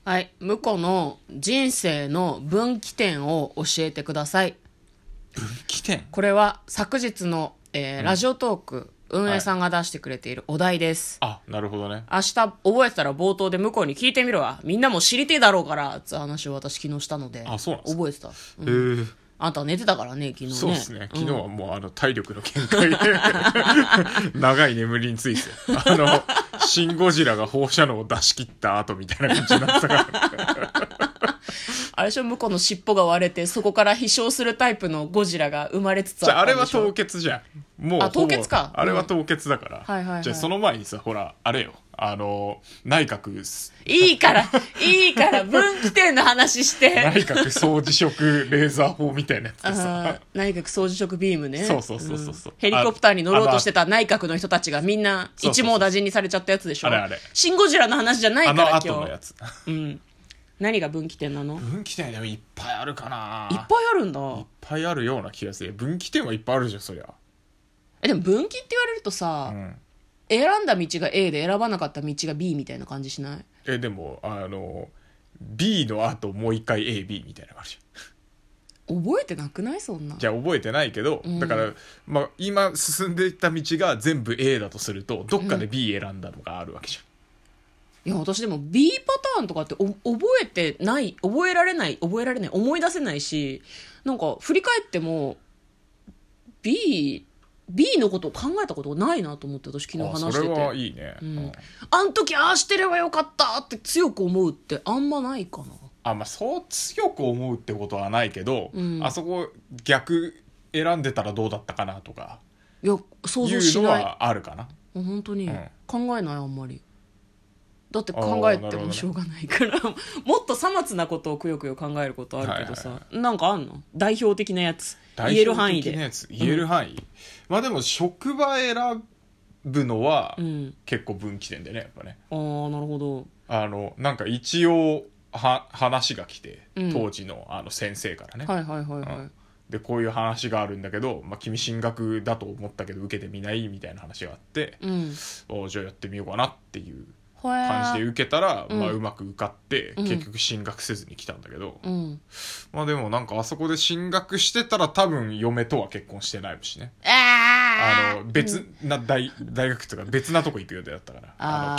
はい、向こうの人生の分岐点を教えてください。 分岐点。 これは昨日の、ラジオトーク運営さんが出してくれているお題です。 あ、なるほどね。 明日覚えてたら冒頭で向こうに聞いてみろわ。みんなも知りてえだろうからって話を私昨日したので。 あ、そうなんですか。 覚えてた。 へえ。 あんた寝てたからね、昨日ね。 そうですね。昨日はもう体力の限界で長い眠りについてシン・ゴジラが放射能を出し切った後みたいな感じになってたからあれでしょ、向こうの尻尾が割れてそこから飛翔するタイプのゴジラが生まれつつあったんでしょ。 じゃああれは凍結じゃん。もう凍結か。 あれは凍結だから、 はいはいはい。 じゃあその前にさ、ほらあれよ、内閣いいから分岐点の話して内閣総辞職レーザー砲みたいなやつでさ内閣総辞職ビームね。 そう、 ヘリコプターに乗ろうとしてた内閣の人たちがみんな一網打尽にされちゃったやつでしょ。 あれシン・ゴジラの話じゃないから今日。 後のやつ何が分岐点なの？ 分岐点でもいっぱいあるかな。 いっぱいあるんだ。 いっぱいあるような気がする。分岐点はいっぱいあるじゃん、そりゃ。 でも分岐って言われるとさ、選んだ道が A で選ばなかった道が B みたいな感じしない？ でもB の後もう一回 AB みたいなのがあるじゃん。覚えてなくない？そんな。 じゃあ覚えてないけど、だから、今進んでいった道が全部 A だとするとどっかで B 選んだのがあるわけじゃん。 いや私でも B パターンとかって覚えてない覚えられない思い出せないし、なんか振り返っても B のことを考えたことがないなと思って私昨日話してて。 それはいいね、 あん時ああしてればよかったって強く思うってあんまないかな。 そう強く思うってことはないけど、あそこ逆選んでたらどうだったかなとかいや想像しない。 いうのはあるかな。 本当に、考えないあんまり。だって考えてもしょうがないからもっとさまつなことをくよくよ考えることあるけどさ、なんかあんの代表的なやつ言える範囲で。 言える範囲、でも職場選ぶのは結構分岐点でね、やっぱね。 なるほど。 なんか一応話が来て、当時の先生からね、でこういう話があるんだけど、君進学だと思ったけど受けてみないみたいな話があって、じゃあやってみようかなっていう感じで受けたら、うまく受かって結局進学せずに来たんだけど、でもなんかあそこで進学してたら多分嫁とは結婚してないしね。別な大学とか別なとこ行く予定だったから、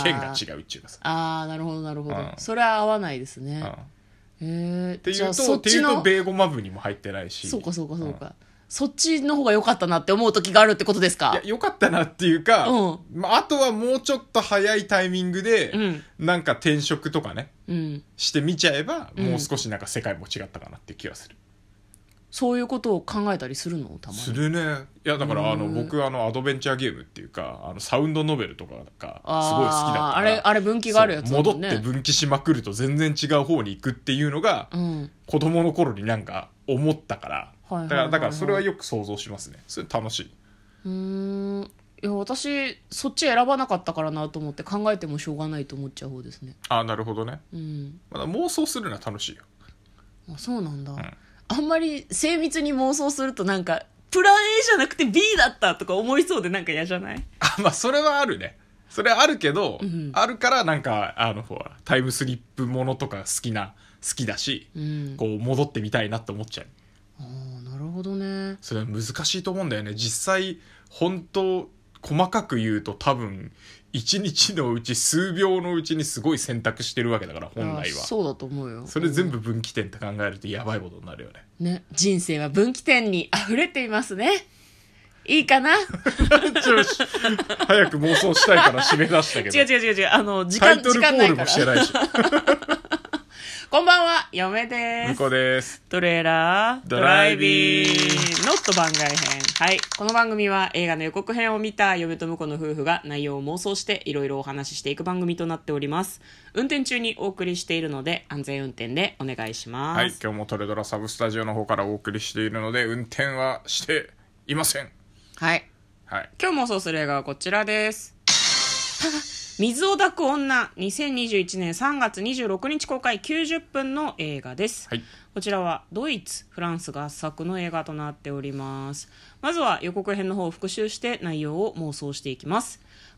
県が違うっちゅうかさ。 なるほどなるほど、それは合わないですね。 っていうとベーゴマ部にも入ってないし。 そうか、そっちの方が良かったなって思う時があるってことですか？ いや、良かったなっていうか、あとはもうちょっと早いタイミングで、なんか転職とかね、してみちゃえば、もう少しなんか世界も違ったかなっていう気がする。 そういうことを考えたりするの？たまに。 するね。いや、だから僕アドベンチャーゲームっていうかサウンドノベルとかがすごい好きだったから、 あれ分岐があるやつだもんね。 戻って分岐しまくると全然違う方に行くっていうのが、子供の頃になんか思ったから、だからそれはよく想像しますね。それ楽しい。 いや私そっち選ばなかったからなと思って考えてもしょうがないと思っちゃう方ですね。 なるほどね。まだ妄想するのは楽しいよ。 そうなんだ。あんまり精密に妄想するとなんかプラン A じゃなくて B だったとか思いそうでなんか嫌じゃない？ それはあるね。それはあるけど、あるからなんかほらタイムスリップものとか好きだし、こう戻ってみたいなって思っちゃう。 なるほどね。 それは難しいと思うんだよね。実際本当細かく言うと多分一日のうち数秒のうちにすごい選択してるわけだから本来は。 そうだと思うよ。 それ全部分岐点って考えるとやばいことになるよね。 人生は分岐点に溢れていますね。いいかな早く妄想したいから締め出したけど。 違う時間タイトルコールもしてないしこんばんは、嫁です。 向こうです。 トレーラードライビングノット番外編。はい。この番組は映画の予告編を見た嫁と婿の夫婦が内容を妄想していろいろお話ししていく番組となっております。運転中にお送りしているので安全運転でお願いします。 はい。今日もトレドラサブスタジオの方からお送りしているので運転はしていません。 はい。今日妄想する映画はこちらです。水を抱く女、2021年3月26日公開90分の映画です。こちらはドイツ、フランス合作の映画となっております。まずは予告編の方を復習して内容を妄想していきます。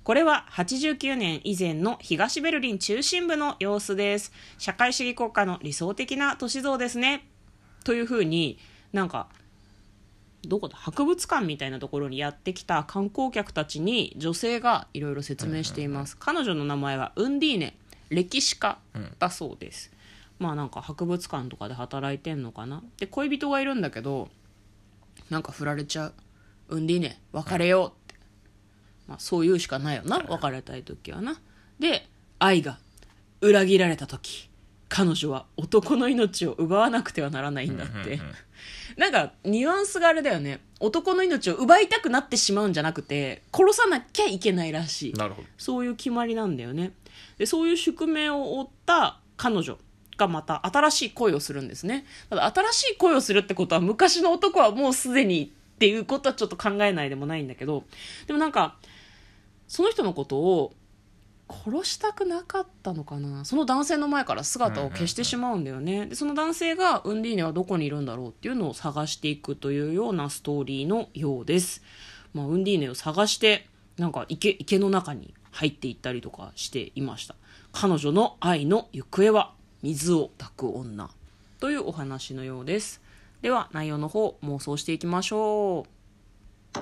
これは89年以前の東ベルリン中心部の様子です。社会主義国家の理想的な都市像ですね。というふうになんかどこだ博物館みたいなところにやってきた観光客たちに女性がいろいろ説明しています。彼女の名前はウンディーネ、歴史家だそうです。まあなんか博物館とかで働いてんのかな。で恋人がいるんだけどなんか振られちゃう。ウンディーネ別れようって、まあ、そう言うしかないよな、別れたい時はな。で愛が裏切られた時彼女は男の命を奪わなくてはならないんだってなんかニュアンスがあれだよね。男の命を奪いたくなってしまうんじゃなくて殺さなきゃいけないらしい。 なるほど。 そういう決まりなんだよね。でそういう宿命を負った彼女がまた新しい恋をするんですね。ただ新しい恋をするってことは昔の男はもうすでにっていうことはちょっと考えないでもないんだけど、でもなんかその人のことを殺したくなかったのかな。その男性の前から姿を消してしまうんだよね。でその男性がウンディーネはどこにいるんだろうっていうのを探していくというようなストーリーのようです。まあ、ウンディーネを探してなんか池の中に入っていったりとかしていました。彼女の愛の行方は水を抱く女というお話のようです。では内容の方妄想していきましょう。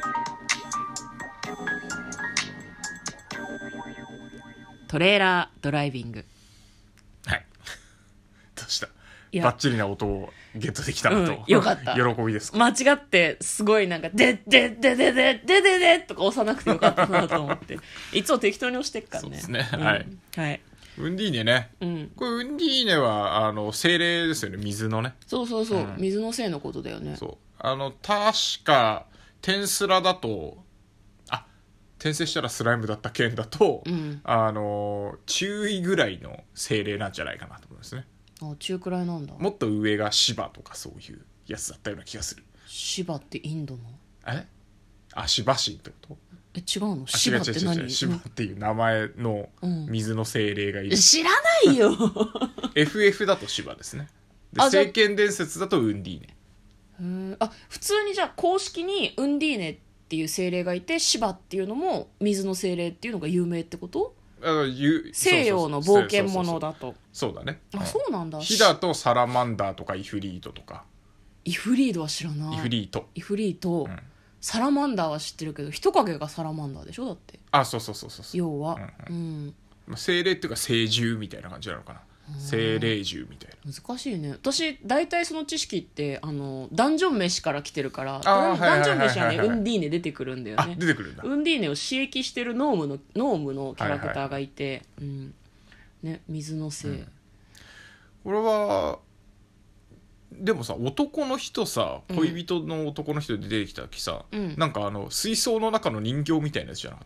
トレーラードライビング。 はい。どうした？ いやバッチリな音をゲットできたのと、 よかった喜びですか？ 間違ってすごいなんかでとか押さなくてよかったなと思っていつも適当に押してっからね。 そうですね、はい。 はい。 ウンディーネね、これウンディーネは精霊ですよね、水のね。 そう、水のせいのことだよね。 そう確かテンスラだと転生したらスライムだった件だと、中位ぐらいの精霊なんじゃないかなと思いますね。 中くらいなんだ。 もっと上がシバとかそういうやつだったような気がする。 シバってインドのシバ神ってこと？ 違うの？シバって何？ シバっていう名前の水の精霊がいる、 知らないよ FF だとシバですね。で聖剣伝説だとウンディーネ。 普通にじゃあ公式にウンディーネっていう精霊がいてシバっていうのも水の精霊っていうのが有名ってこと？西洋の冒険者だと。 そうだね。 そうなんだ。 ヒダとサラマンダーとかイフリートとか。 イフリードは知らない。 イフリート、 サラマンダーは知ってるけど人影がサラマンダーでしょだって。 そう要は、 精霊っていうか聖獣みたいな感じなのかな。精霊獣みたいな。 難しいね。私大体その知識ってダンジョン飯から来てるから、ダンジョン飯はねウンディーネ出てくるんだよね。 出てくるんだ。 ウンディーネを刺激してるノームのキャラクターがいて、水のせい、 これはでもさ、男の人さ、恋人の男の人で出てきた時さ、なんか水槽の中の人形みたいなやつじゃなかった？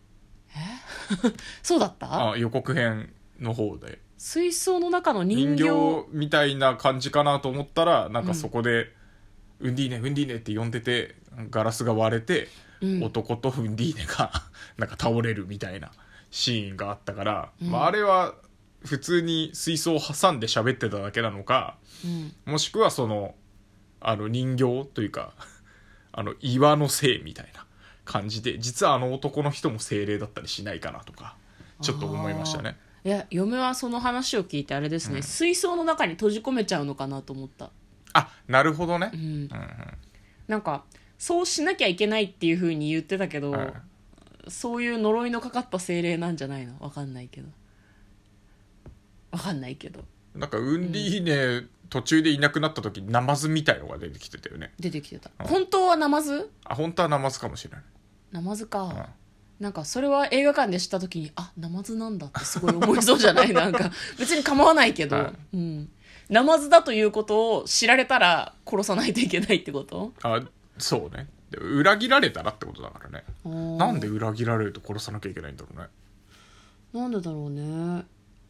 そうだった？ 予告編の方で水槽の中の人形みたいな感じかなと思ったら、なんかそこで、ウンディーネって呼んでてガラスが割れて、男とウンディーネがなんか倒れるみたいなシーンがあったから、あれは普通に水槽を挟んで喋ってただけなのか、もしくはその人形というか岩のせいみたいな感じで、実は男の人も精霊だったりしないかなとかちょっと思いましたね。 いや嫁はその話を聞いてあれですね、水槽の中に閉じ込めちゃうのかなと思った。 なるほどね。 なんかそうしなきゃいけないっていう風に言ってたけど、そういう呪いのかかった精霊なんじゃないの？わかんないけどなんかウンディーネ、途中でいなくなった時ナマズみたいのが出てきてたよね。 出てきてた。本当はナマズ？ 本当はナマズかもしれない。 ナマズか、なんかそれは映画館で知った時にナマズなんだってすごい思いそうじゃない？なんか別に構わないけど、ナマズだということを知られたら殺さないといけないってこと？ そうね。で裏切られたらってことだからね。なんで裏切られると殺さなきゃいけないんだろうね。 なんでだろうね。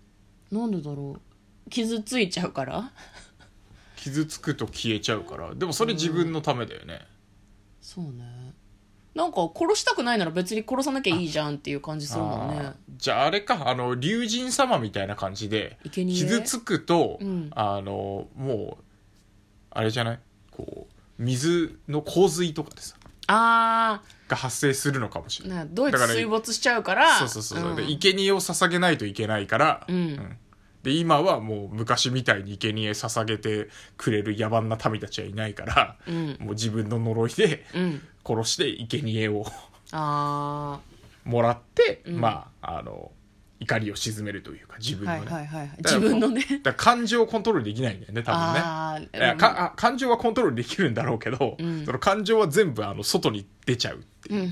傷ついちゃうから？ 傷つくと消えちゃうから。でもそれ自分のためだよね。 そうね。なんか殺したくないなら別に殺さなきゃいいじゃんっていう感じするもんね。 じゃああれか、龍神様みたいな感じで傷つくと、もうあれじゃない、こう水の洪水とかでさ、 あが発生するのかもしれない。 ドイツ水没しちゃうから、 そうそうそう、で生贄を捧げないといけないから、で今はもう昔みたいに生贄捧げてくれる野蛮な民たちはいないから、もう自分の呪いで殺して生贄をもらって、まあ怒りを鎮めるというか、自分のね、 自分のね、 だから感情をコントロールできないんだよね、多分ね。感情はコントロールできるんだろうけど、その感情は全部外に出ちゃうっていう、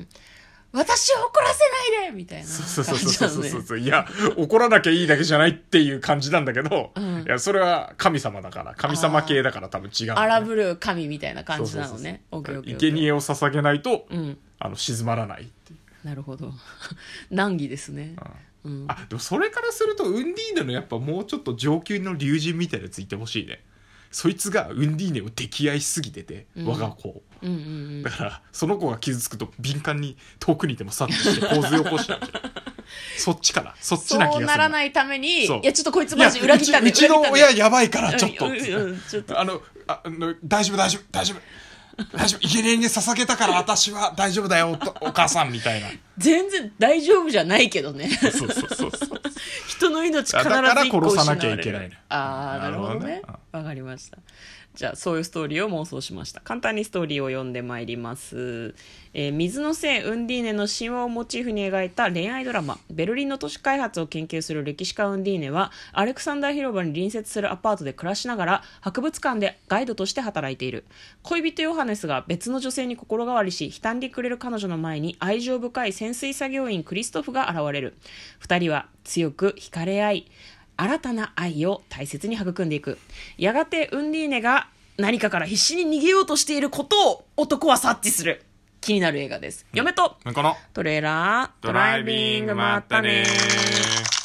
私を怒らせないでみたいな感じなのね。 そういや怒らなきゃいいだけじゃないっていう感じなんだけど、いやそれは神様だから、神様系だから多分違う、ね、 荒ぶる神みたいな感じなのね。 生贄を捧げないと、静まらないっていう。 なるほど。難儀ですね。 でもそれからするとウンディーネのやっぱもうちょっと上級の竜神みたいなやついてほしいね。そいつがウンディーネを溺愛しすぎてて、我が子を、だからその子が傷つくと敏感に遠くにいてもさっとして洪水を起こしちゃうそっちな気がする。 そうならないために、いやちょっとこいつマジ裏切ったんで、 うちの親やばいからちょっと、大丈夫生贄に捧げたから私は大丈夫だよお母さんみたいな。 全然大丈夫じゃないけどね。 そう人の命必ずだから殺さなきゃいけない。 なるほどね。わかりました。じゃあそういうストーリーを妄想しました。簡単にストーリーを読んでまいります。水の聖ウンディーネの神話をモチーフに描いた恋愛ドラマ。ベルリンの都市開発を研究する歴史家ウンディーネはアレクサンダー広場に隣接するアパートで暮らしながら博物館でガイドとして働いている。恋人ヨハネスが別の女性に心変わりし悲嘆に暮れる彼女の前に愛情深い潜水作業員クリストフが現れる。二人は強く惹かれ合い、新たな愛を大切に育んでいく。やがてウンディーネが何かから必死に逃げようとしていることを男は察知する。気になる映画です。嫁とこのトレーラードライビング、まったねー。